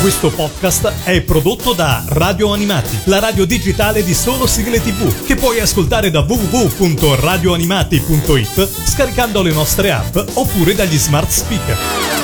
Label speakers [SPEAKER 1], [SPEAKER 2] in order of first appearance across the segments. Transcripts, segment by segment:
[SPEAKER 1] Questo podcast è prodotto da Radio Animati, la radio digitale di solo sigle TV, che puoi ascoltare da www.radioanimati.it scaricando le nostre app oppure dagli smart speaker.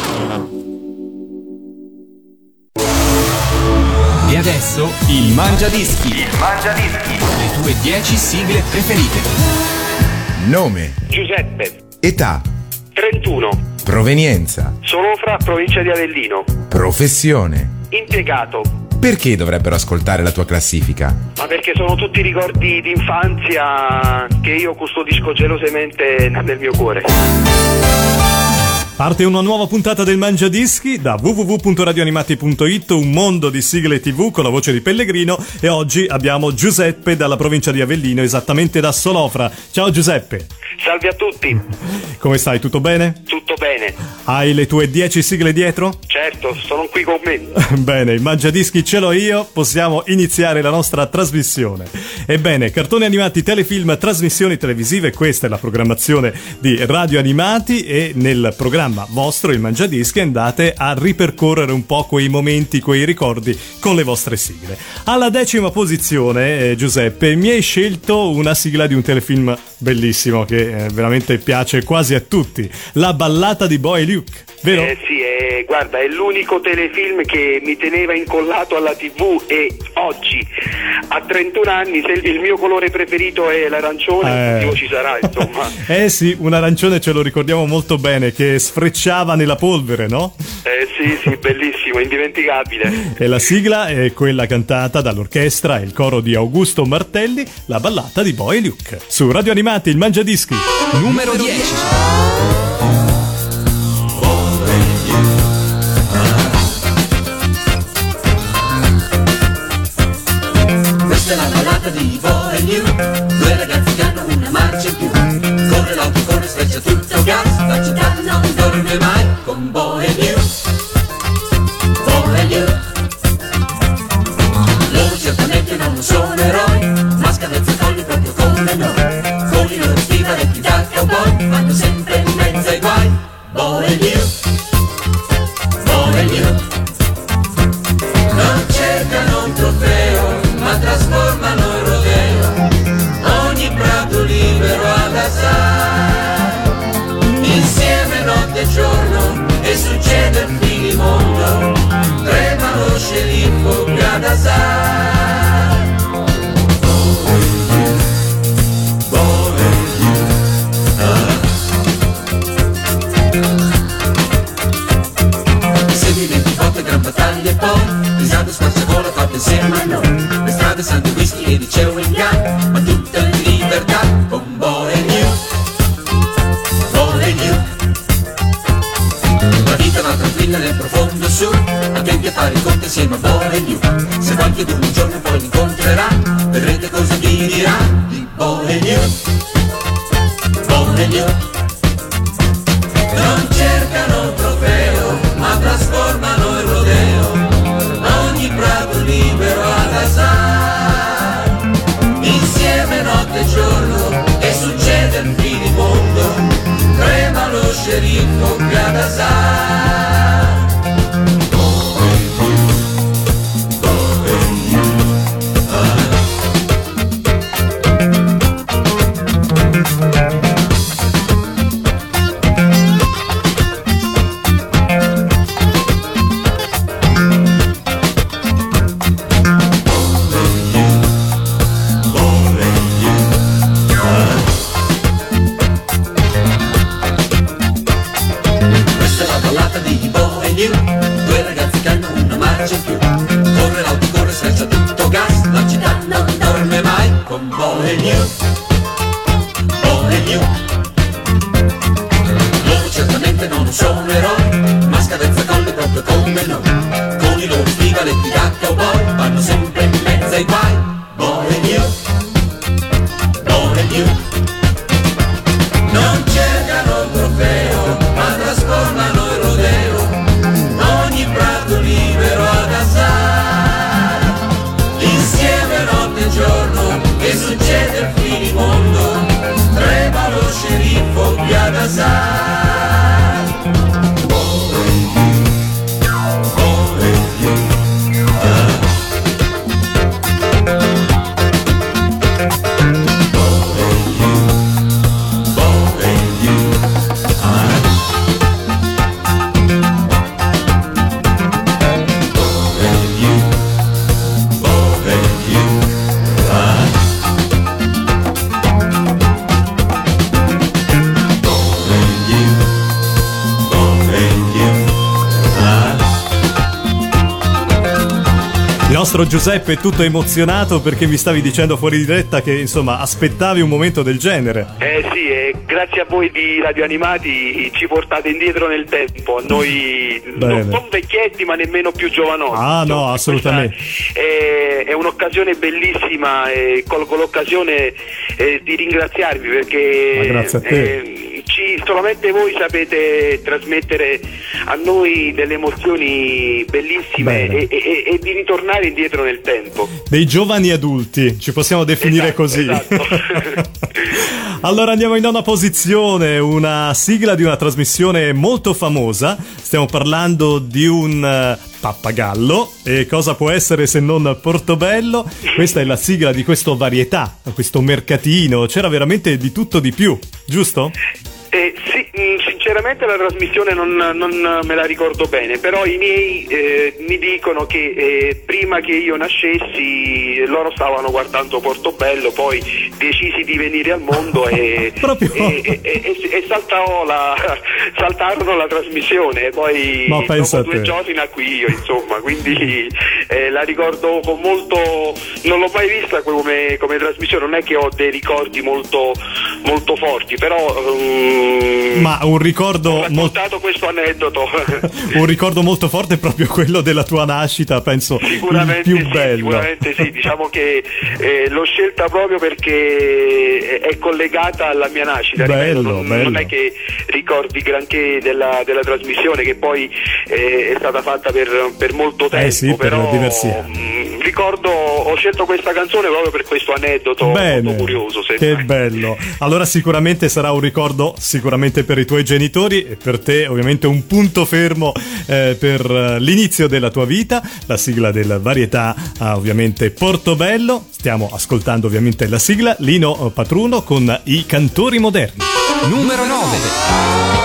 [SPEAKER 2] E adesso il Mangiadischi. Le tue 10 sigle preferite.
[SPEAKER 3] Nome.
[SPEAKER 4] Giuseppe.
[SPEAKER 3] Età.
[SPEAKER 4] 31.
[SPEAKER 3] Provenienza.
[SPEAKER 4] Sono fra provincia di Avellino.
[SPEAKER 3] Professione.
[SPEAKER 4] Impiegato.
[SPEAKER 3] Perché dovrebbero ascoltare la tua classifica?
[SPEAKER 4] Ma perché sono tutti ricordi d'infanzia che io custodisco gelosamente nel mio cuore.
[SPEAKER 1] Parte una nuova puntata del Mangiadischi da www.radioanimati.it, un mondo di sigle TV con la voce di Pellegrino, e oggi abbiamo Giuseppe dalla provincia di Avellino, esattamente da Solofra. Ciao Giuseppe.
[SPEAKER 4] Salve a tutti.
[SPEAKER 1] Come stai? Tutto bene?
[SPEAKER 4] Tutto bene.
[SPEAKER 1] Hai le tue 10 sigle dietro?
[SPEAKER 4] Certo, sono qui con me.
[SPEAKER 1] Bene, il Mangiadischi ce l'ho io, possiamo iniziare la nostra trasmissione. Ebbene, cartoni animati, telefilm, trasmissioni televisive, questa è la programmazione di Radio Animati, e nel programma vostro, il Mangiadischi, andate a ripercorrere un po' quei momenti, quei ricordi con le vostre sigle. Alla 10ª posizione, Giuseppe, mi hai scelto una sigla di un telefilm bellissimo che veramente piace quasi a tutti, La ballata di Bo e Luke, vero?
[SPEAKER 4] Sì, guarda, è l'unico telefilm che mi teneva incollato alla TV, e oggi a 31 anni, se il mio colore preferito è l'arancione, un motivo ci sarà, insomma.
[SPEAKER 1] Sì, un arancione ce lo ricordiamo molto bene, che sfrecciava nella polvere, no?
[SPEAKER 4] Sì, bellissimo, indimenticabile.
[SPEAKER 1] E la sigla è quella cantata dall'orchestra e il coro di Augusto Martelli, La ballata di Bo e Luke. Su Radio Animati, il Mangiadischi.
[SPEAKER 2] Numero 10.
[SPEAKER 5] Questa è la ballata di Bo e Luke, due ragazzi che hanno una marcia in più. Corre l'auto, corre, sfreccia tutto il gas, la città non dorme mai con Bo e Luke. Bo e Luke. Loro certamente non sono eroi, ma scavezza colli proprio come noi. Con i loro stivaletti da cowboy, vanno sempre in mezzo ai guai. Bo e Luke. Bo e Luke. Non cercano un trofeo, ma trasformano il rodeo, ogni prato libero ad assai. Insieme notte e giorno, e succede il finimondo, trema lo sceriffo Gadasai. Segui 20 volte gran battaglie e poi risate spazzagola fatte insieme a noi. Le strade sanno di whisky e di chewing gum, ma tutta in libertà con Bo e Luke. Bo e Luke. La vita va tranquilla nel profondo sud, attenti a fare i conti insieme a Bo e Luke. Se qualcuno un giorno poi li incontrerà, vedrete cosa vi dirà di Bo e Luke. Bo e Luke. Non cercano un trofeo, ma trasformano il rodeo, ogni prato libero ad assai. Insieme notte e giorno, e succede il finimondo, trema lo sceriffo Gadasai.
[SPEAKER 1] Il nostro Giuseppe è tutto emozionato perché mi stavi dicendo fuori di diretta che insomma aspettavi un momento del genere.
[SPEAKER 4] Sì, grazie a voi di Radio Animati ci portate indietro nel tempo, noi non vecchietti ma nemmeno più giovanotti.
[SPEAKER 1] Ah no, assolutamente.
[SPEAKER 4] È un'occasione bellissima e colgo l'occasione di ringraziarvi perché
[SPEAKER 1] grazie a te.
[SPEAKER 4] Solamente voi sapete trasmettere a noi delle emozioni bellissime e di ritornare indietro nel tempo.
[SPEAKER 1] Dei giovani adulti, ci possiamo definire così.
[SPEAKER 4] Esatto.
[SPEAKER 1] Allora andiamo in nona posizione, una sigla di una trasmissione molto famosa. Stiamo parlando di un pappagallo, e cosa può essere se non Portobello? Questa è la sigla di questo varietà, questo mercatino, c'era veramente di tutto di più, giusto?
[SPEAKER 4] Sì, sinceramente la trasmissione non me la ricordo bene, però i miei mi dicono che prima che io nascessi loro stavano guardando Portobello, poi decisi di venire al mondo e saltarono la trasmissione, poi dopo 2 giorni nacqui io, insomma, quindi la ricordo con molto, non l'ho mai vista come trasmissione, non è che ho dei ricordi molto forti, però
[SPEAKER 1] ma un ricordo
[SPEAKER 4] ho raccontato questo aneddoto.
[SPEAKER 1] Un ricordo molto forte è proprio quello della tua nascita, penso il più bello.
[SPEAKER 4] Sicuramente sì, diciamo che l'ho scelta proprio perché è collegata alla mia nascita.
[SPEAKER 1] Bello.
[SPEAKER 4] Non è che ricordi granché della trasmissione, che poi è stata fatta per molto tempo,
[SPEAKER 1] sì,
[SPEAKER 4] però
[SPEAKER 1] per diversi anni.
[SPEAKER 4] Ho scelto questa canzone proprio per questo aneddoto molto curioso.
[SPEAKER 1] Che bello. Allora sicuramente sarà un ricordo sicuramente per i tuoi genitori e per te ovviamente un punto fermo per l'inizio della tua vita. La sigla del varietà ovviamente Portobello. Stiamo ascoltando ovviamente la sigla Lino Patruno con I cantori moderni.
[SPEAKER 2] Numero 9.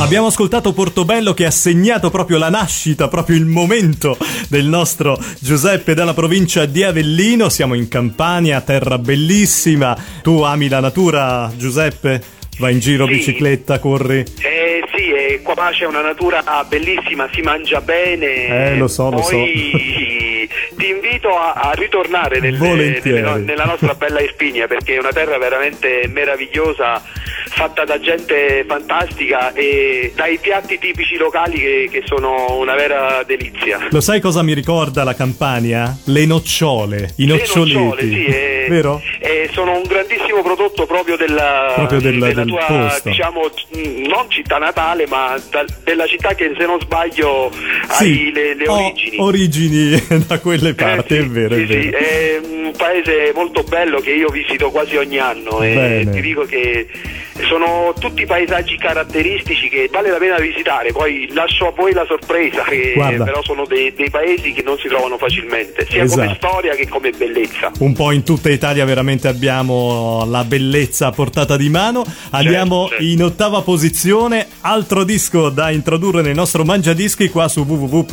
[SPEAKER 1] Abbiamo ascoltato Portobello, che ha segnato proprio la nascita, proprio il momento del nostro Giuseppe dalla provincia di Avellino. Siamo in Campania, terra bellissima. Tu ami la natura, Giuseppe? Vai in giro, bicicletta, corri?
[SPEAKER 4] Sì, qua c'è una natura bellissima, si mangia bene.
[SPEAKER 1] Lo so.
[SPEAKER 4] Ti invito a ritornare nella nostra bella Irpinia, perché è una terra veramente meravigliosa, fatta da gente fantastica e dai piatti tipici locali che sono una vera delizia.
[SPEAKER 1] Lo sai cosa mi ricorda la Campania? Le nocciole, i noccioleti.
[SPEAKER 4] Le nocciole, sì,
[SPEAKER 1] vero?
[SPEAKER 4] Sono un grandissimo prodotto proprio della tua
[SPEAKER 1] posto.
[SPEAKER 4] Diciamo, non città natale, ma della città che, se non sbaglio, hai le
[SPEAKER 1] origini da quelle parti, è vero.
[SPEAKER 4] Sì, è un paese molto bello che io visito quasi ogni anno. E ti dico che sono tutti paesaggi caratteristici che vale la pena visitare. Poi lascio a voi la sorpresa, che però sono dei paesi che non si trovano facilmente, sia come storia che come bellezza. Un
[SPEAKER 1] po' in tutta Italia veramente abbiamo la bellezza a portata di mano. Andiamo in ottava posizione, altro disco da introdurre nel nostro Mangiadischi qua su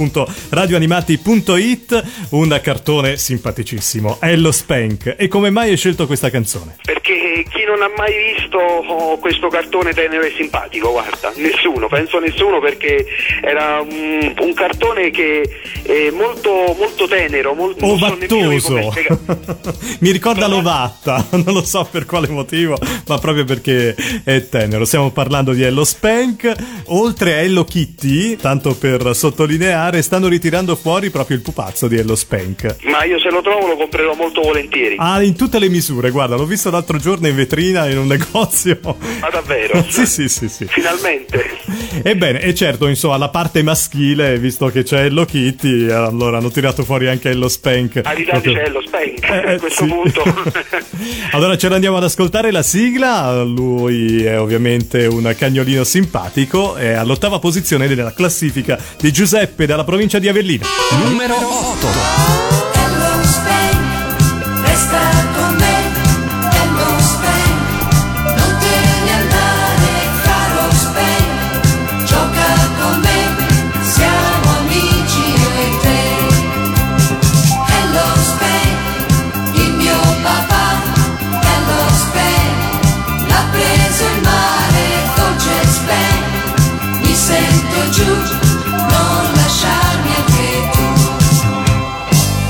[SPEAKER 1] www.radioanimati.it. Un cartone simpaticissimo, Ello Spank. E come mai hai scelto questa canzone?
[SPEAKER 4] Perché chi non ha mai visto questo cartone tenero e simpatico, guarda, penso nessuno, perché era un cartone che è molto molto tenero, molto
[SPEAKER 1] ovattoso. Mi ricorda l'ovatta, non lo so per quale motivo, ma proprio perché è tenero. Stiamo parlando di Ello Spank. Oltre a Hello Kitty, tanto per sottolineare, stanno ritirando fuori proprio il pupazzo di Ello Spank.
[SPEAKER 4] Ma io, se lo trovo, lo comprerò molto volentieri.
[SPEAKER 1] In tutte le misure, guarda, l'ho visto l'altro giorno in vetrina in un negozio.
[SPEAKER 4] Ma davvero?
[SPEAKER 1] Sì.
[SPEAKER 4] Finalmente.
[SPEAKER 1] Ebbene, e certo, insomma, la parte maschile, visto che c'è Hello Kitty, allora hanno tirato fuori anche Ello Spank.
[SPEAKER 4] C'è Ello Spank a questo punto.
[SPEAKER 1] Allora ce l'andiamo ad ascoltare la sigla. Lui è ovviamente un cagnolino simpatico, è all'ottava posizione della classifica di Giuseppe dalla provincia di Avellino.
[SPEAKER 2] Numero 8.
[SPEAKER 5] Giù, non lasciarmi anche tu.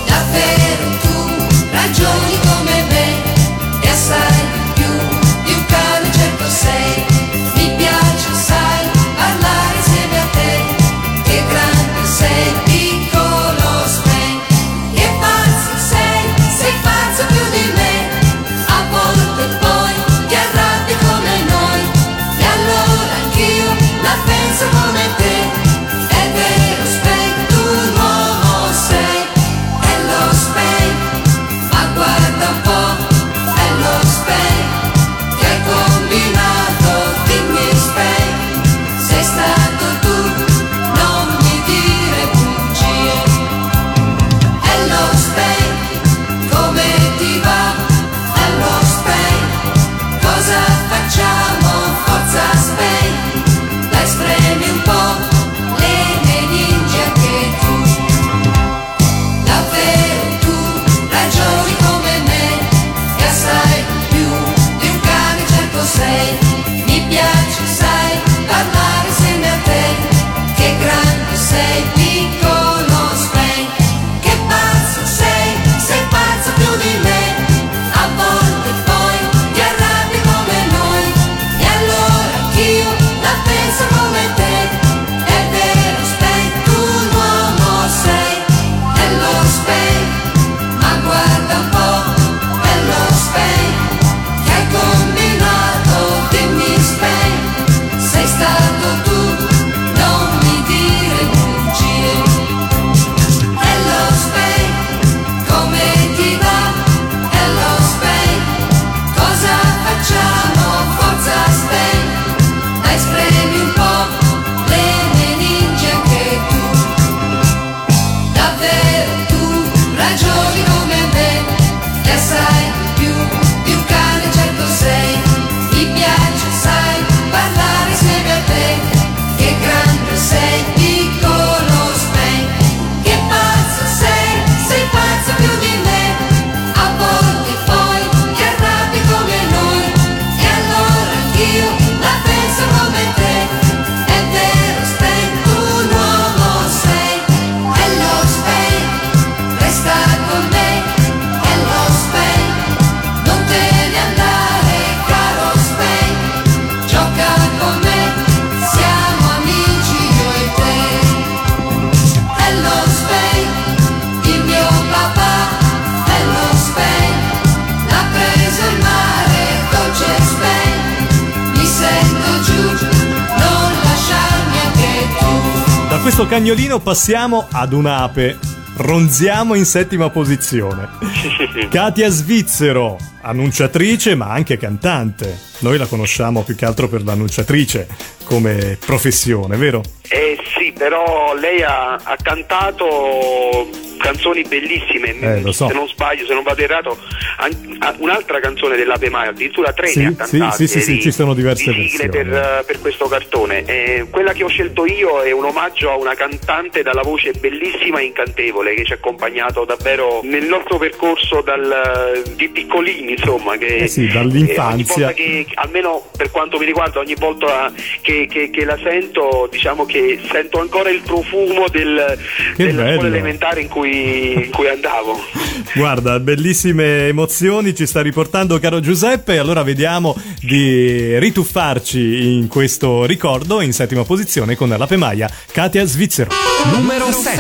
[SPEAKER 1] questo cagnolino passiamo ad un'ape. Ronziamo in 7ª posizione. Katia Svizzero, annunciatrice ma anche cantante. Noi la conosciamo più che altro per l'annunciatrice come professione, vero?
[SPEAKER 4] Sì, però lei ha cantato canzoni bellissime,
[SPEAKER 1] lo so.
[SPEAKER 4] Se non sbaglio, se non vado errato, un'altra canzone dell'Ave Maia, addirittura 3 ne ha cantate.
[SPEAKER 1] Sì, ci sono diverse
[SPEAKER 4] sigle per questo cartone. Quella che ho scelto io è un omaggio a una cantante dalla voce bellissima e incantevole che ci ha accompagnato davvero nel nostro percorso di piccolini, insomma, che
[SPEAKER 1] dall'infanzia.
[SPEAKER 4] Ogni volta che, almeno per quanto mi riguarda, ogni volta che la sento, diciamo che sento ancora il profumo della scuola elementare in cui andavo.
[SPEAKER 1] Guarda, bellissime emozioni ci sta riportando caro Giuseppe. Allora vediamo di rituffarci in questo ricordo in 7ª posizione con l'Ape Maia, Katia Svizzero.
[SPEAKER 2] Numero 7.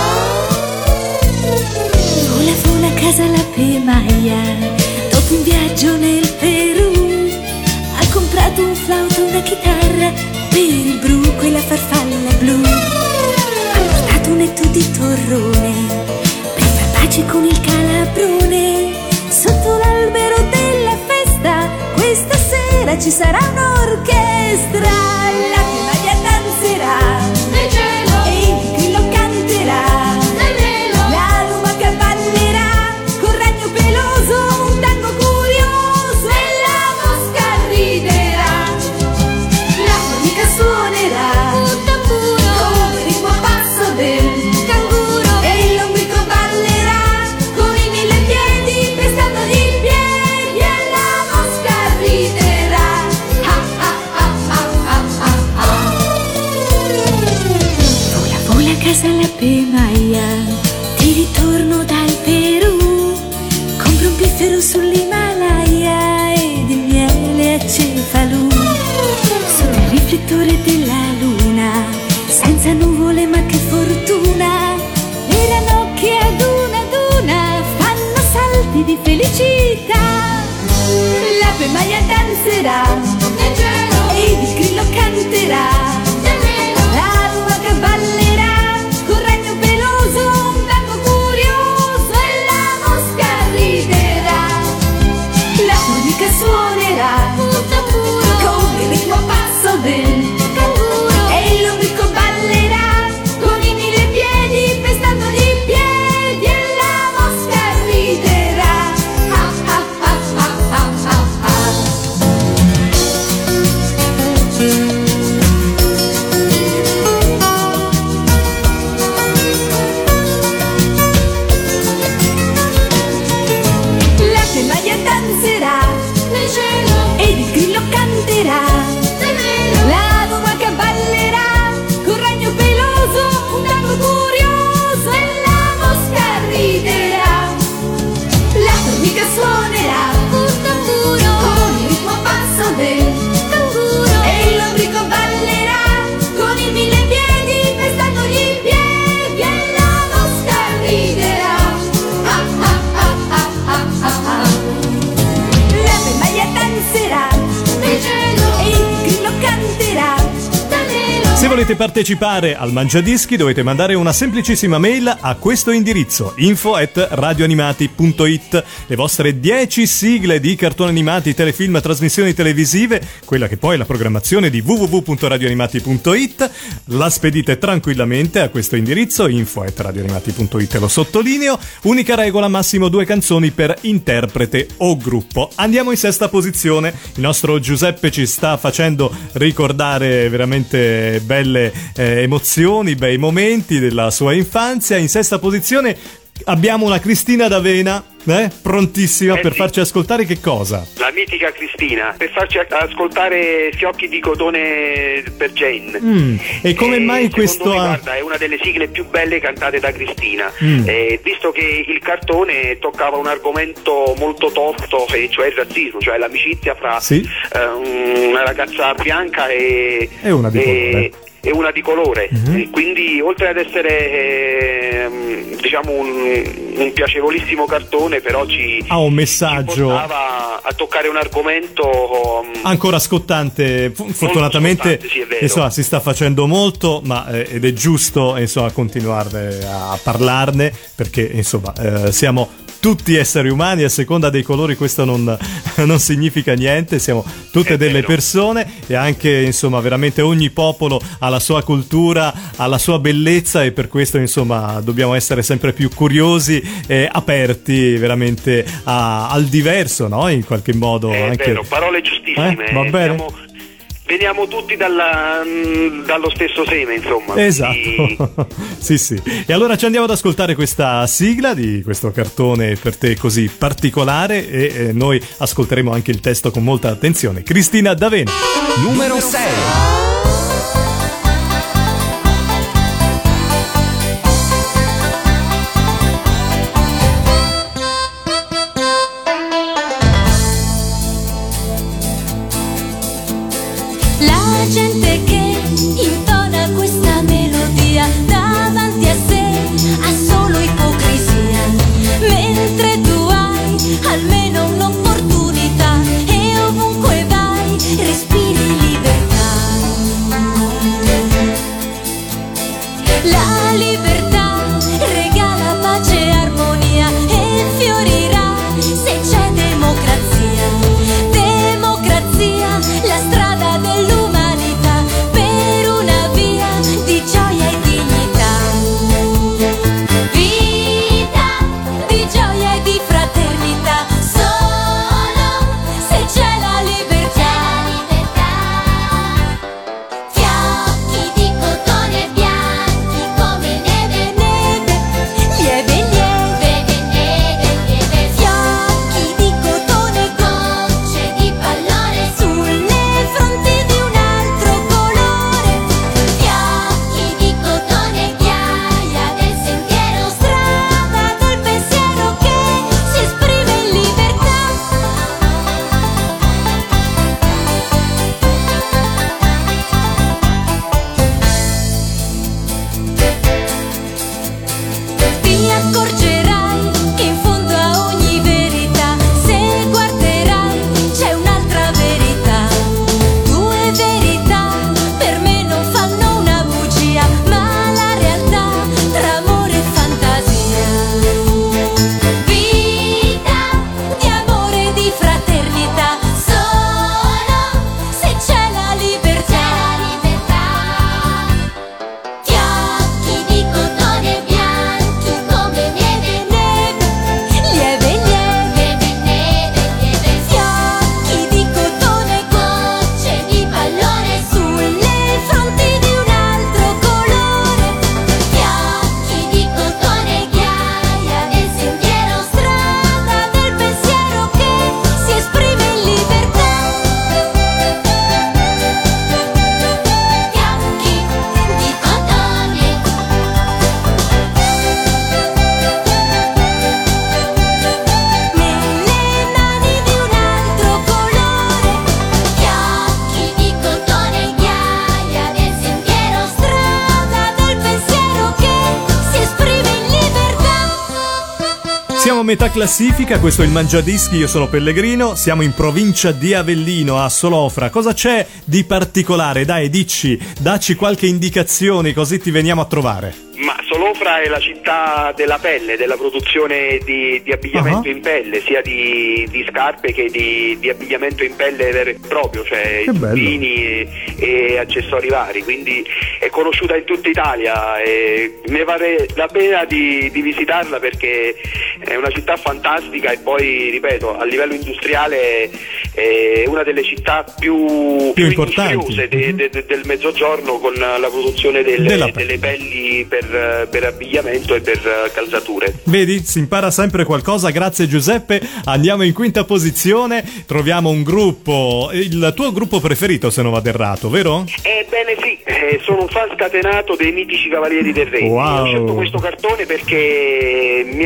[SPEAKER 6] Vola vola a casa l'Ape Maia, dopo un viaggio nel Perù ha comprato un flauto, una chitarra per il bruco e la farfalla blu. Ha portato un etto di torrone per far pace con il calabrone. Sotto l'albero della festa questa sera ci sarà un'orchestra. L'Ape Maia danzerà nel cielo e il grillo canterà nel velo. La lumaca ballerà col ragno peloso un tango curioso e la mosca riderà. La formica suonerà un tamburo con il ritmo a passo del canguro e l'ombrico ballerà con i 1000 piedi pestandogli i piedi e la mosca riderà. Ah ah ah ah ah ah ah. Vola vola a casa l'Ape Maia, di ritorno dal Perù compra un piffero sull'Himalaya ed il miele a Cefalù. Sotto il riflettore della luna, senza nuvole ma che fortuna, le ranocchie ad una fanno salti di felicità. L'Ape Maia danzerà nel cielo e il grillo canterà nel velo. La lumaca ballerà col ragno peloso un tango curioso e la mosca riderà. La formica suonerà un tamburo con il ritmo a passo del canguro e l'ombrico ballerà con i 1000 piedi pestandogli i piedi e la mosca riderà. Ah ah ah ah ah ah ah. L'Ape Maia danzerà nel cielo e il grillo canterà nel velo. La lumaca ballerà col ragno peloso un tango curioso e la mosca riderà. La formica suonerà un tamburo con il ritmo a passo del canguro e l'ombrico ballerà con i 1000 piedi pestandogli i piedi e la mosca riderà. Ah ah ah ah ah ah ah. L'Ape Maia danzerà nel cielo e il grillo canterà dal velo.
[SPEAKER 1] Se volete partecipare al Mangiadischi dovete mandare una semplicissima mail a questo indirizzo: info@radioanimati.it. Le vostre 10 sigle di cartoni animati, telefilm, trasmissioni televisive, quella che poi è la programmazione di www.radioanimati.it, la spedite tranquillamente a questo indirizzo, info@radioanimati.it, lo sottolineo. Unica regola: massimo 2 canzoni per interprete o gruppo. Andiamo in 6ª posizione. Il nostro Giuseppe ci sta facendo ricordare veramente belle emozioni, bei momenti della sua infanzia. In 6ª posizione abbiamo una Cristina D'Avena, prontissima per farci ascoltare che cosa?
[SPEAKER 4] La mitica Cristina, per farci ascoltare Fiocchi di cotone per Jane.
[SPEAKER 1] E come mai questo
[SPEAKER 4] guarda, è una delle sigle più belle cantate da Cristina, visto che il cartone toccava un argomento molto tosto, cioè il razzismo, cioè l'amicizia fra una ragazza bianca e
[SPEAKER 1] una di colore.
[SPEAKER 4] E una di colore. Quindi oltre ad essere diciamo un piacevolissimo cartone, però ha
[SPEAKER 1] un messaggio,
[SPEAKER 4] ci portava a toccare un argomento
[SPEAKER 1] ancora scottante. Fortunatamente
[SPEAKER 4] scottante, sì, è vero.
[SPEAKER 1] Insomma, si sta facendo molto, ma ed è giusto insomma continuare a parlarne, perché insomma siamo tutti esseri umani, a seconda dei colori questo non significa niente, siamo tutte delle persone, e anche insomma veramente ogni popolo ha la sua cultura, ha la sua bellezza, e per questo insomma dobbiamo essere sempre più curiosi e aperti veramente al diverso, no? In qualche modo
[SPEAKER 4] è
[SPEAKER 1] anche...
[SPEAKER 4] vero, parole giustissime.
[SPEAKER 1] Va bene.
[SPEAKER 4] Veniamo tutti dallo stesso seme, insomma.
[SPEAKER 1] Esatto. Sì. E allora ci andiamo ad ascoltare questa sigla di questo cartone per te così particolare, e noi ascolteremo anche il testo con molta attenzione. Cristina D'Avena.
[SPEAKER 2] Numero 6.
[SPEAKER 6] La gente che intona questa melodia davanti a sé ha solo ipocrisia, mentre tu hai almeno un'opportunità e ovunque vai respiri libertà. La libertà regala pace e armonia e fiorirà se c'è democrazia. Democrazia, la strada dell'umanità per una via di gioia e dignità. Vita di gioia e di fraternità, solo se c'è la libertà. Fiocchi di cotone bianchi come neve, lieve, fiocchi di cotone, gocce di pallone sulle fronti di un altro colore. Fiocchi di cotone, ghiaia del sentiero, strada del pensiero che si esprime in libertà. Ti accorgerai che in fondo a ogni verità, se guarderai, c'è un'altra verità. Due verità per me non fanno una bugia, ma la realtà tra amore e fantasia. Vita di amore e di fraternità, solo se c'è la libertà. Fiocchi di cotone bianchi come neve, lieve, fiocchi di cotone, gocce di pallone sulle fronti di un altro colore. Fiocchi di cotone, ghiaia del sentiero, strada del pensiero che si esprime in libertà. Fiocchi di cotone, nelle mani di un altro colore. Fiocchi di cotone, ghiaia del sentiero, strada del pensiero che si esprime in libertà.
[SPEAKER 1] Siamo a metà classifica, questo è il Mangiadischi, io sono Pellegrino, siamo in provincia di Avellino, a Solofra. Cosa c'è di particolare? Dai, dacci qualche indicazione, così ti veniamo a trovare.
[SPEAKER 4] Ma Solofra è la città della pelle, della produzione di abbigliamento in pelle, sia di scarpe che di abbigliamento in pelle vero e proprio, cioè giubbini e accessori vari, quindi è conosciuta in tutta Italia e ne vale la pena di visitarla, perché è una città fantastica, e poi ripeto, a livello industriale è una delle città più
[SPEAKER 1] importanti
[SPEAKER 4] industriose del Mezzogiorno, con la produzione delle pelli per abbigliamento e per calzature.
[SPEAKER 1] Vedi, si impara sempre qualcosa. Grazie Giuseppe. Andiamo in quinta posizione, troviamo un gruppo, il tuo gruppo preferito se non vado errato, vero?
[SPEAKER 4] Ebbene sì, sono un fan scatenato dei mitici Cavalieri del Re.
[SPEAKER 1] Wow.
[SPEAKER 4] Ho scelto questo cartone perché mi era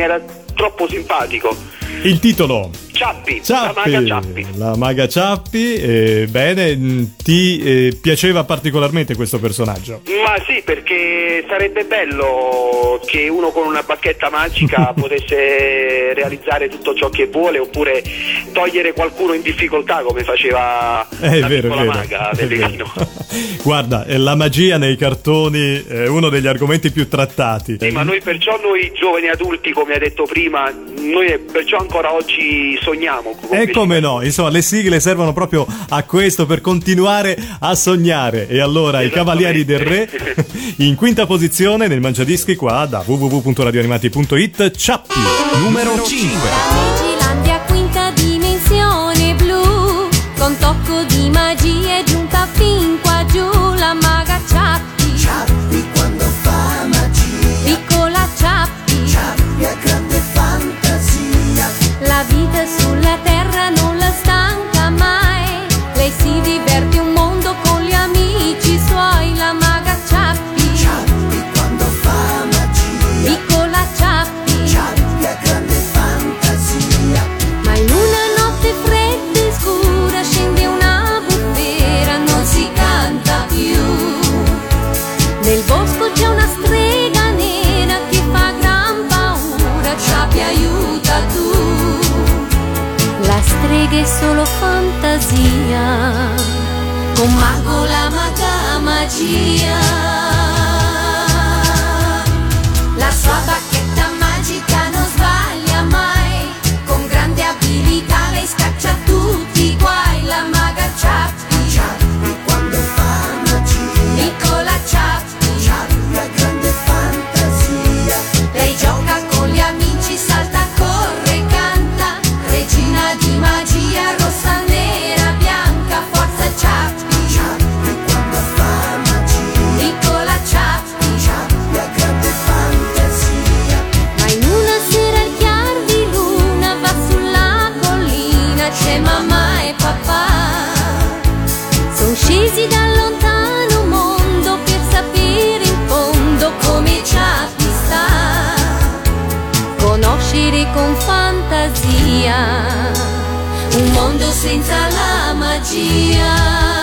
[SPEAKER 4] troppo simpatico.
[SPEAKER 1] Il titolo?
[SPEAKER 4] Ciappi.
[SPEAKER 1] La maga Ciappi. Bene, ti piaceva particolarmente questo personaggio?
[SPEAKER 4] Ma sì, perché sarebbe bello che uno con una bacchetta magica potesse realizzare tutto ciò che vuole, oppure togliere qualcuno in difficoltà come faceva la piccola maga Pellegrino.
[SPEAKER 1] Guarda, la magia nei cartoni è uno degli argomenti più trattati.
[SPEAKER 4] Sì, ma noi giovani adulti, come hai detto prima, noi perciò ancora oggi sogniamo.
[SPEAKER 1] E come no, insomma, le sigle servono proprio a questo, per continuare a sognare. E allora i Cavalieri del Re in quinta posizione nel Mangiadischi qua da www.radioanimati.it. Ciappi
[SPEAKER 2] numero 5.
[SPEAKER 6] Vigilandia quinta dimensione blu, con tocco di magia è giunta fin qua giù la maga Ciappi.
[SPEAKER 5] Ciappi quando fa magia,
[SPEAKER 6] Piccola Ciappi,
[SPEAKER 5] Ciappi ha grande fantasia.
[SPEAKER 6] la vita sulla terra non la stanca mai, lei si diverte un mondo con gli amici suoi, la maga Ciappi.
[SPEAKER 5] Ciappi quando fa magia,
[SPEAKER 6] Piccola Ciappi,
[SPEAKER 5] Ciappi ha grande fantasia.
[SPEAKER 6] ma in una notte fredda e scura scende una bufera, non si canta più. Nel bosco c'è una strega nera che fa gran paura, Ciappi aiuta tu. La strega è solo fantasia, con mago la maga magia. La sua bacchetta magica non sbaglia mai, con grande abilità lei scaccia tutti i guai, la maga Ciappi.
[SPEAKER 5] Ciappi quando fa magia,
[SPEAKER 6] Piccola Ciappi,
[SPEAKER 5] Ciappi ha grande fantasia.
[SPEAKER 6] lei gioca con gli amici, salta, corre, canta, regina di magia, rossa, nera, bianca, forza Ciappi.
[SPEAKER 5] Ciappi quando fa magia,
[SPEAKER 6] Piccola Ciappi,
[SPEAKER 5] Ciappi ha grande fantasia.
[SPEAKER 6] ma in una sera al chiar di luna va sulla collina, c'è mamma e papà. Son scesi dal lontano mondo per sapere in fondo come Ciappi sta, conoscere con fantasia un mondo senza la magia.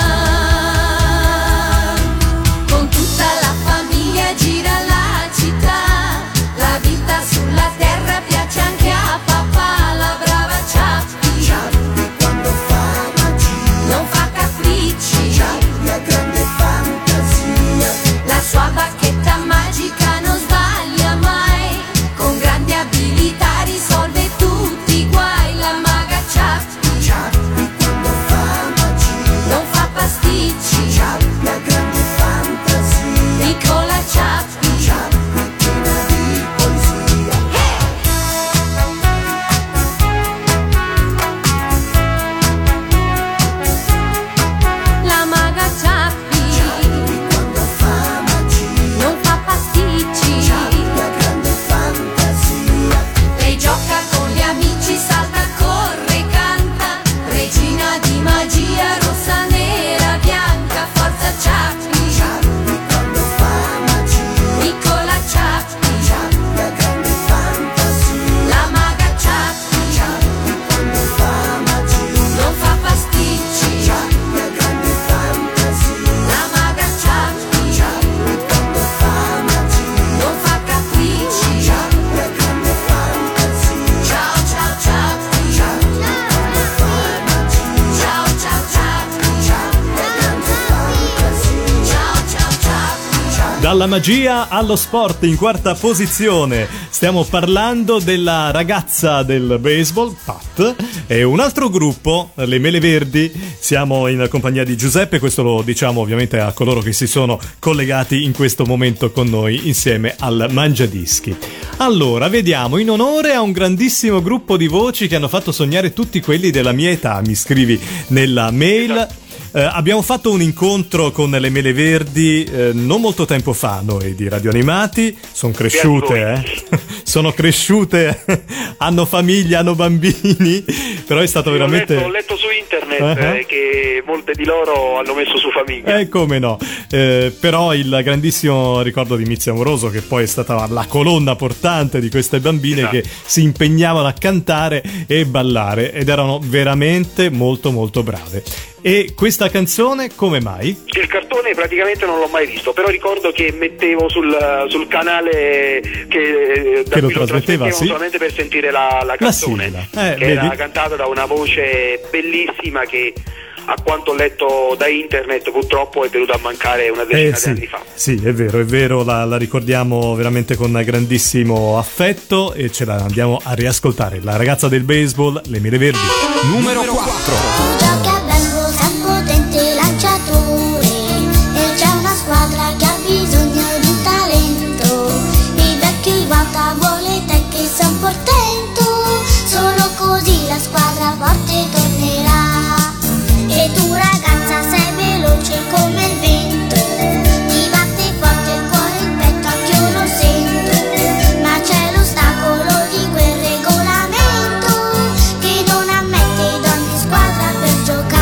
[SPEAKER 6] Con tutta la famiglia gira la città, la vita sulla terra piace anche a papà, la brava Ciappi.
[SPEAKER 5] Ciappi quando fa magia,
[SPEAKER 6] Non fa capricci,
[SPEAKER 5] Ciappi ha grande fantasia.
[SPEAKER 6] la sua bacchetta magica non sbaglia mai, con grande abilità risolve tutti i guai, la maga Ciappi.
[SPEAKER 5] Ciappi quando fa magia,
[SPEAKER 6] Non fa pasticci,
[SPEAKER 5] Ciappi ha grande fantasia.
[SPEAKER 6] piccola Ciappi.
[SPEAKER 5] Ciappi piena di poesia.
[SPEAKER 6] La maga Ciappi,
[SPEAKER 5] Quando fa magia,
[SPEAKER 6] non fa pasticci,
[SPEAKER 5] Ciappi ha grande fantasia.
[SPEAKER 6] lei gioca con gli amici, salta, corre, canta, regina di magia, rossa, nera, bianca, forza Ciappi.
[SPEAKER 5] Ciappi quando fa magia,
[SPEAKER 6] Piccola Ciappi,
[SPEAKER 5] Ciappi ha grande fantasia.
[SPEAKER 6] la maga Ciappi,
[SPEAKER 5] Ciappi quando fa magia,
[SPEAKER 6] non fa pasticci,
[SPEAKER 5] Ciappi ha grande fantasia.
[SPEAKER 6] la maga Ciappi,
[SPEAKER 5] Ciappi quando fa magia,
[SPEAKER 6] non fa capricci,
[SPEAKER 5] Ciappi ha grande fantasia.
[SPEAKER 6] ciao ciao Ciappi,
[SPEAKER 5] Ciappi quando fa magia,
[SPEAKER 6] ciao ciao Ciappi,
[SPEAKER 5] Ciappi ha grande fantasia.
[SPEAKER 6] ciao ciao Ciappi.
[SPEAKER 1] Dalla magia allo sport in quarta posizione. Stiamo parlando della ragazza del baseball, Pat, e un altro gruppo, le Mele Verdi. Siamo in compagnia di Giuseppe, questo lo diciamo ovviamente a coloro che si sono collegati in questo momento con noi insieme al Mangiadischi. Allora, vediamo, in onore a un grandissimo gruppo di voci che hanno fatto sognare tutti quelli della mia età, mi scrivi nella mail. Abbiamo fatto un incontro con le Mele Verdi non molto tempo fa, noi di Radio Animati. Sono cresciute, sono cresciute, hanno famiglia, hanno bambini, però è stato veramente...
[SPEAKER 4] Ho letto sui internet che molte di loro hanno messo su famiglia.
[SPEAKER 1] Come no, però il grandissimo ricordo di Mizzi Amoroso, che poi è stata la colonna portante di queste bambine, esatto, che si impegnavano a cantare e ballare ed erano veramente molto molto brave. E questa canzone come mai?
[SPEAKER 4] Il cartone praticamente non l'ho mai visto, però ricordo che mettevo sul canale che
[SPEAKER 1] lo trasmetteva, sì,
[SPEAKER 4] solamente per sentire la canzone, che era cantata da una voce bellissima che, a quanto ho letto da internet, purtroppo è venuta a mancare una decina di anni fa.
[SPEAKER 1] Sì, è vero, la ricordiamo veramente con grandissimo affetto e ce la andiamo a riascoltare. La ragazza del baseball, le mele verdi.
[SPEAKER 2] Numero 4.
[SPEAKER 7] Lanciatore, e c'è una squadra che ha bisogno di talento. Il vecchio Iwata vuole te che sei un portento. Solo così la squadra forte tornerà. E tu ragazza sei veloce come il vento, ti batte forte il cuore, il petto anch'io lo sento. Ma c'è l'ostacolo di quel regolamento che non ammette ad ogni squadra per giocare.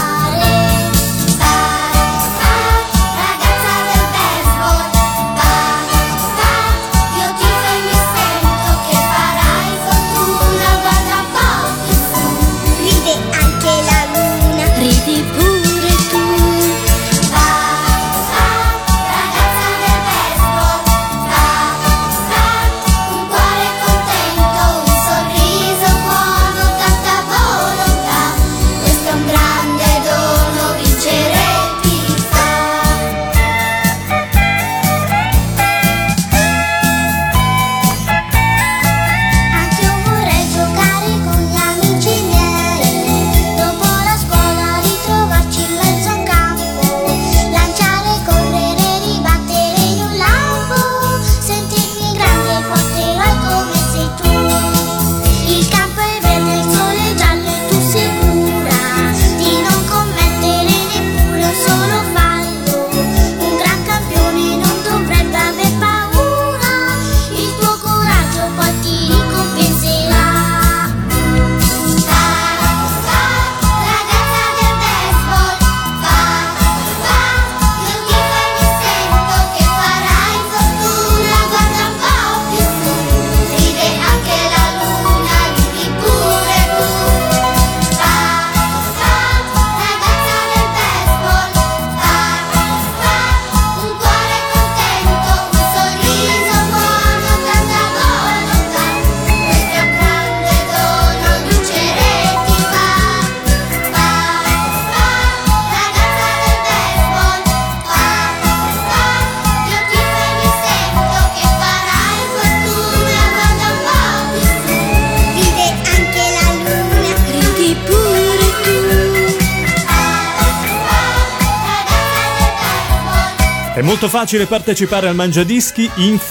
[SPEAKER 1] È molto facile partecipare al Mangiadischi,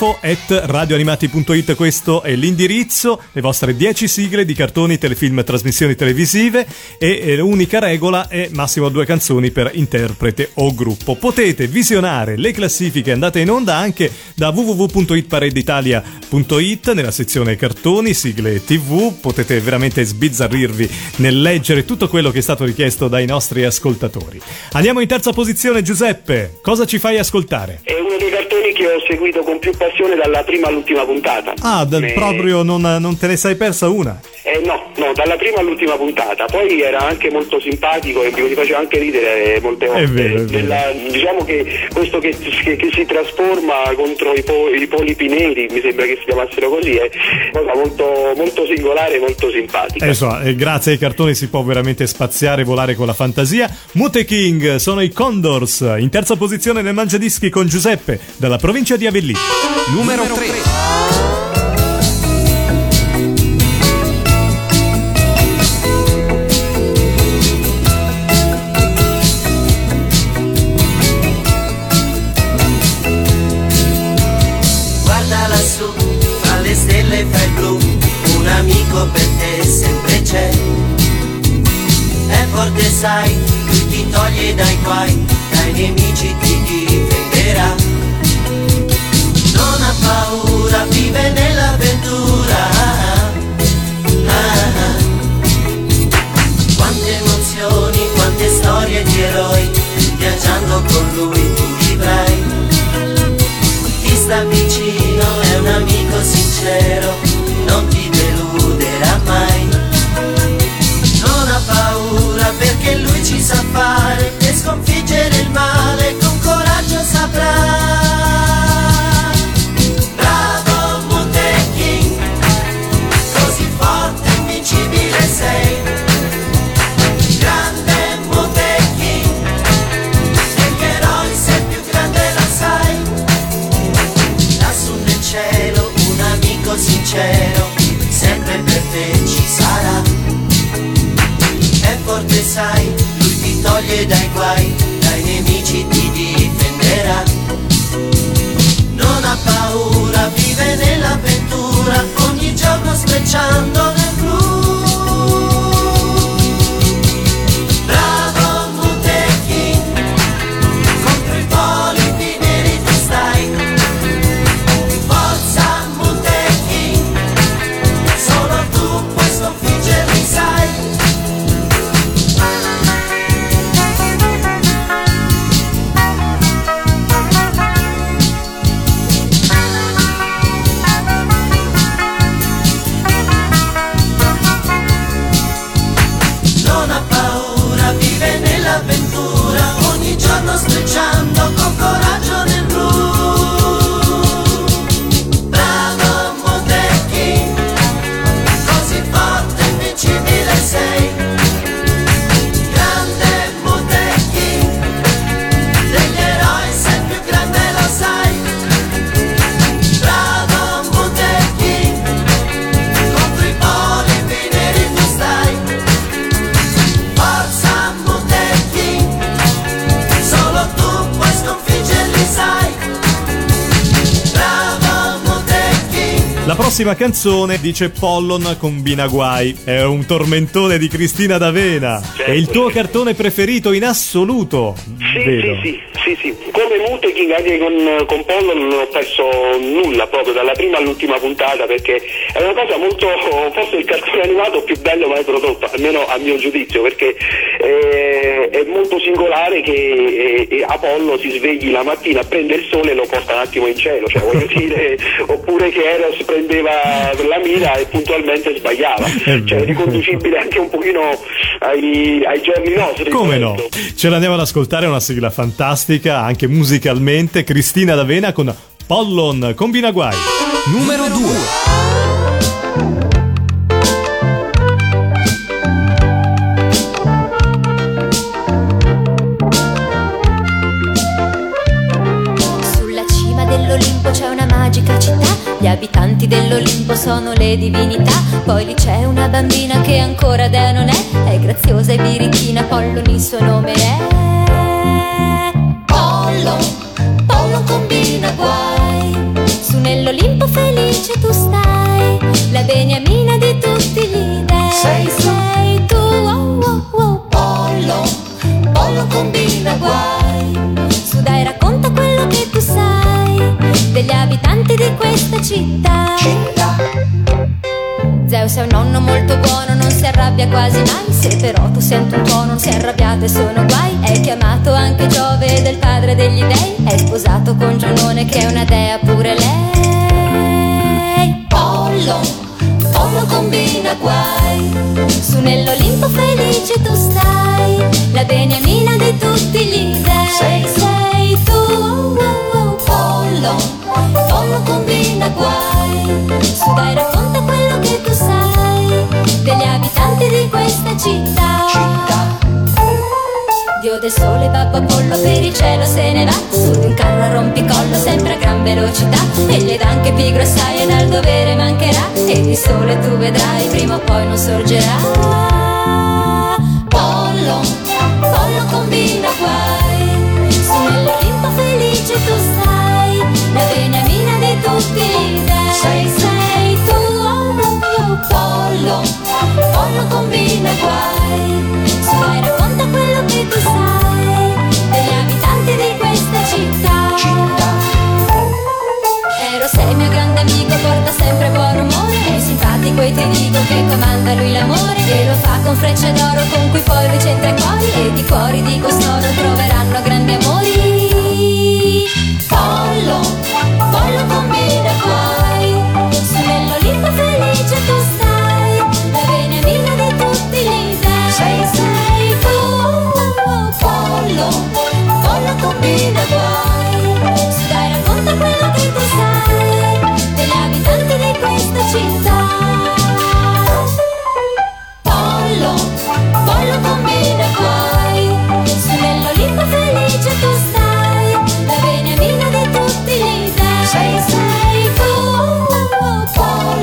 [SPEAKER 1] info@radioanimati.it, questo è l'indirizzo, le vostre 10 sigle di cartoni, telefilm, trasmissioni televisive, e l'unica regola è massimo 2 canzoni per interprete o gruppo. Potete visionare le classifiche andate in onda anche da www.hitparaditalia.it nella sezione cartoni, sigle TV, potete veramente sbizzarrirvi nel leggere tutto quello che è stato richiesto dai nostri ascoltatori. Andiamo in terza posizione, Giuseppe, cosa ci fai ascoltare?
[SPEAKER 4] È uno dei cartoni che ho seguito con più passione dalla prima all'ultima puntata.
[SPEAKER 1] Proprio non te ne sei persa una?
[SPEAKER 4] No, dalla prima all'ultima puntata. Poi era anche molto simpatico e mi faceva anche ridere molte volte.
[SPEAKER 1] È vero.
[SPEAKER 4] Diciamo che questo che si trasforma contro i polipi neri, mi sembra che si chiamassero così, è cosa molto, molto singolare e molto simpatica.
[SPEAKER 1] Grazie ai cartoni si può veramente spaziare e volare con la fantasia. Mute King sono i Condors, in terza posizione nel Mangiadischi con Giuseppe, dalla provincia di Avellino.
[SPEAKER 2] Numero 3.
[SPEAKER 8] Fai blu, un amico per te sempre c'è. È forte sai, lui ti toglie dai guai, dai nemici ti difenderà. Non ha paura, vive nell'avventura. Quante emozioni sincero, sempre per te ci sarà. È forte sai, lui ti toglie dai guai, dai nemici ti difenderà. Non ha paura, vive nell'avventura, ogni giorno sprecciando nel blu. Bravo Mutechi, contro i polipi neri tu stai. Forza Mutechi, solo tu puoi sconfiggerli sai. Non ha paura, vive nell'avventura, ogni giorno strecciando con coraggio nel blu. Bravo Mutechi, così forte e invincibile sei. Grande Mutechi, degli eroi sei più grande lo sai. Bravo Mutechi, contro i polipi neri tu stai. Forza Mutechi, solo tu puoi sconfiggerli sai. Bravo Mutechi.
[SPEAKER 1] La prossima canzone dice Pollon combina guai, è un tormentone di Cristina D'Avena. È il tuo cartone preferito in assoluto, vero?
[SPEAKER 4] Sì. Come Mutechi anche con Pollon non ho perso nulla proprio dalla prima all'ultima puntata, perché è una cosa molto, forse il cartone animato più bello mai prodotto, almeno a mio giudizio, perché è molto singolare che Apollo si svegli la mattina, prende il sole e lo porta un attimo in cielo, cioè voglio dire, oppure che Eros prendeva la mira e puntualmente sbagliava, cioè è riconducibile anche un pochino ai giorni nostri.
[SPEAKER 1] Come no? Ce l'andiamo ad ascoltare, una sigla fantastica anche musicalmente, Cristina D'Avena con Pollon combina guai.
[SPEAKER 2] Numero 2.
[SPEAKER 6] Dell'Olimpo c'è una magica città, gli abitanti dell'Olimpo sono le divinità. Poi lì c'è una bambina che ancora dea non è graziosa e birichina, Pollon il suo nome è. Pollon combina guai, su nell'Olimpo felice tu stai, la beniamina di tutti gli dei. Sei tu, Pollon combina guai, su dai racconta quello che tu sai degli abitanti di questa città. Zeus è un nonno molto buono, non si arrabbia quasi mai, se però tu senti un tuono non si arrabbiate e sono guai. È chiamato anche Giove del padre degli dei, è sposato con Giunone che è una dea pure lei. Pollon combina guai, su nell'Olimpo felice tu stai, la beniamina di tutti gli dei. Sei tu, Pollon combina guai, su dai racconta quello che tu sai degli abitanti di questa città. Dio del sole, babbo Apollo, per il cielo se ne va, su di un carro a rompicollo sempre a gran velocità, e gli dà anche pigro assai e dal dovere mancherà, e di sole tu vedrai prima o poi non sorgerà. Pollon combina guai, su nell'Olimpo felice tu stai, la beniamina di tutti gli dei. Sei tu, Pollon combina guai, su dai racconta quello che tu sai degli abitanti di questa città. Eros è il mio grande amico, porta sempre buon rumore, è simpatico e ti dico che comanda lui l'amore, e lo fa con frecce d'oro con cui poi lui centra i cuori, e di cuori di costoro troveranno grandi amori. Pollon combina guai, su nell'Olimpo felice tu stai, la beniamina di tutti gli dei. Sei tu, Pollon combina guai, su dai racconta quello che tu sai degli abitanti di questa città. Pollon combina guai, su nell'Olimpo felice tu stai, la beniamina di tutti gli dei. Sei tu,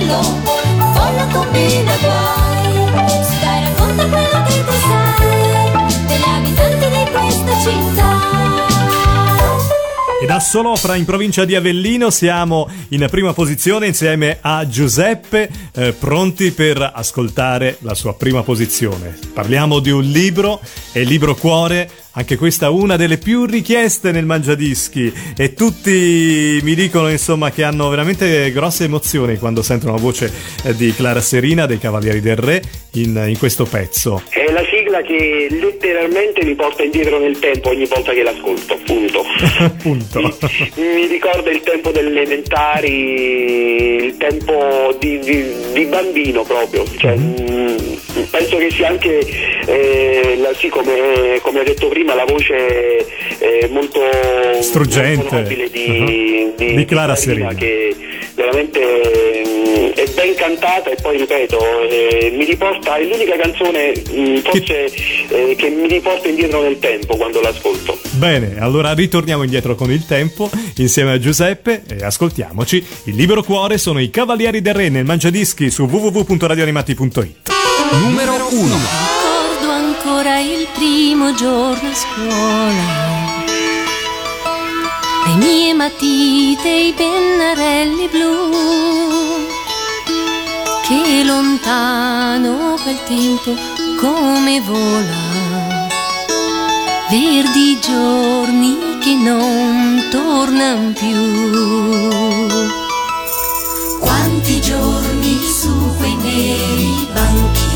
[SPEAKER 1] E da Solofra, in provincia di Avellino, siamo in prima posizione insieme a Giuseppe, pronti per ascoltare la sua prima posizione. Parliamo di un libro, è il libro Cuore, anche questa una delle più richieste nel Mangiadischi, e tutti mi dicono insomma che hanno veramente grosse emozioni quando sentono la voce di Clara Serina dei Cavalieri del Re in questo pezzo.
[SPEAKER 4] È la sigla che letteralmente mi porta indietro nel tempo ogni volta che l'ascolto, punto.
[SPEAKER 1] Punto.
[SPEAKER 4] Mi ricorda il tempo delle elementari, il tempo di bambino proprio, cioè, penso che sia anche sì, come ha detto prima, la voce molto
[SPEAKER 1] struggente,
[SPEAKER 4] molto nobile di Clara Serina, che veramente è ben cantata, e poi ripeto, mi riporta, è l'unica canzone forse che mi riporta indietro nel tempo quando l'ascolto.
[SPEAKER 1] Bene, allora ritorniamo indietro con il tempo insieme a Giuseppe e ascoltiamoci il libro Cuore. Sono i Cavalieri del Re nel Mangiadischi su www.radioanimati.it.
[SPEAKER 2] Numero 1.
[SPEAKER 6] Ricordo ancora il primo giorno a scuola, le mie matite, i pennarelli blu, che lontano quel tempo come vola, verdi giorni che non tornan più. Quanti giorni su quei neri banchi,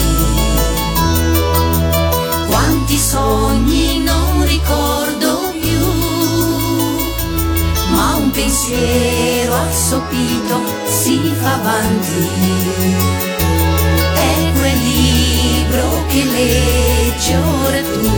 [SPEAKER 6] quanti sogni non ricordo più, ma un pensiero assopito si fa avanti, è quel libro che leggi ora tu.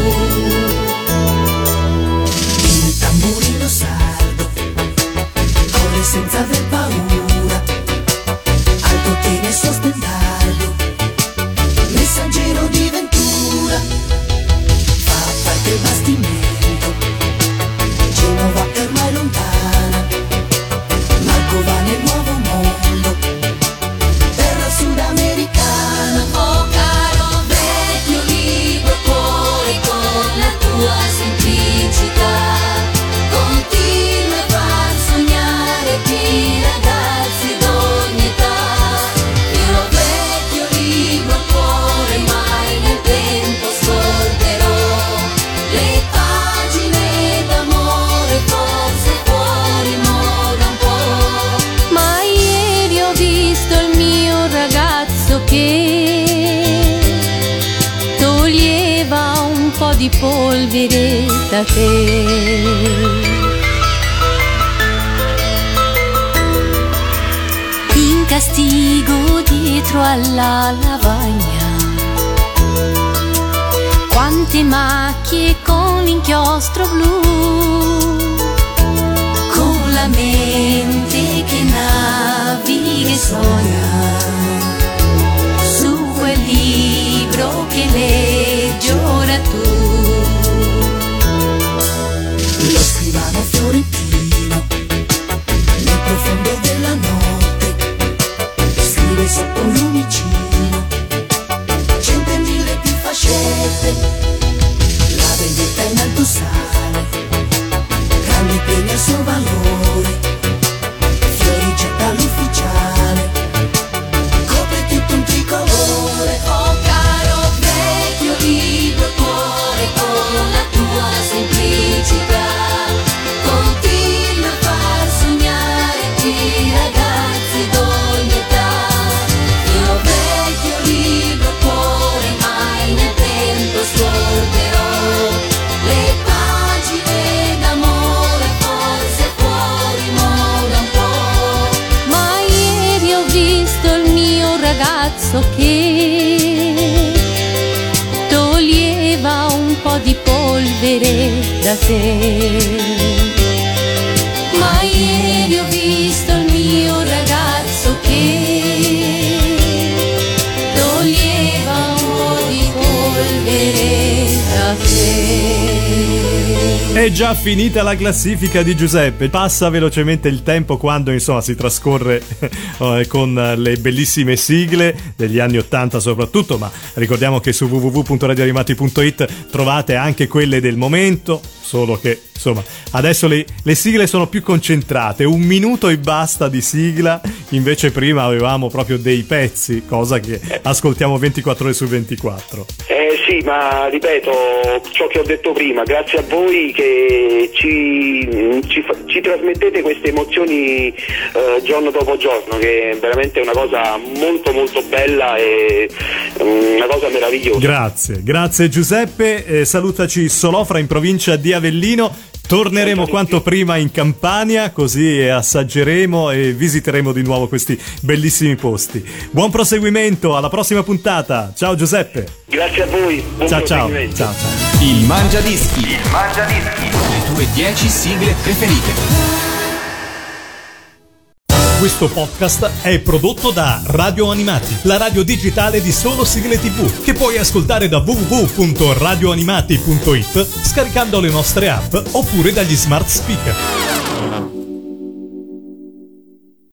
[SPEAKER 8] Il tamburino sardo corre senza aver paura, alto tiene il suo stendardo, messaggero di ventura, fa parte il bastimento, Genova è ormai lontana, Marco va nel nuovo mondo, terra sudamericana.
[SPEAKER 6] Oh caro vecchio libro cuore, con la tua semplicità continua a far sognare i ragazzi d'ogni età. Io vecchio libro cuore, mai nel tempo scorderò le pagine d'amore, forse fuori moda un po'. Ma ieri ho visto il mio ragazzo che toglieva un po' di polvere da te. In castigo dietro alla lavagna, quante macchie con l'inchiostro blu, con la mente che naviga e sogna, su quel libro che leggi ora tu.
[SPEAKER 8] Lo scrivano fiorentino nel profondo della notte, scrive sotto un lumicino, 100.000 più fascette, la vendetta in alto sale, grandi premi al suo valore, fiori getta l'ufficiale, copre tutto un tricolore.
[SPEAKER 6] Oh caro vecchio libro cuore, con la tua semplicità continua a far sognare i ragazzi d'ogni età. Io vecchio libro cuore, mai nel tempo scorderò le pagine d'amore, forse fuori moda un po'. Ma ieri ho visto il mio ragazzo che toglieva un po' di polvere da te. Ma ieri ho visto il mio ragazzo che toglieva un po' di polvere da te.
[SPEAKER 1] È già finita la classifica di Giuseppe. Passa velocemente il tempo quando insomma si trascorre con le bellissime sigle degli anni 80 soprattutto, ma ricordiamo che su www.radioanimati.it trovate anche quelle del momento, solo che insomma adesso le sigle sono più concentrate, 1 minuto e basta di sigla, invece prima avevamo proprio dei pezzi, cosa che ascoltiamo 24 ore su 24.
[SPEAKER 4] Sì, ma ripeto ciò che ho detto prima, grazie a voi che ci trasmettete queste emozioni giorno dopo giorno, che è veramente una cosa molto molto bella e una cosa meravigliosa.
[SPEAKER 1] Grazie Giuseppe, salutaci Solofra in provincia di Avellino. Torneremo quanto prima in Campania, così assaggeremo e visiteremo di nuovo questi bellissimi posti. Buon proseguimento, alla prossima puntata. Ciao Giuseppe.
[SPEAKER 4] Grazie a voi. Buon proseguimento.
[SPEAKER 2] Ciao. Il Mangiadischi. Le tue 10 sigle preferite.
[SPEAKER 1] Questo podcast è prodotto da Radio Animati, la radio digitale di solo sigle TV, che puoi ascoltare da www.radioanimati.it scaricando le nostre app oppure dagli smart speaker.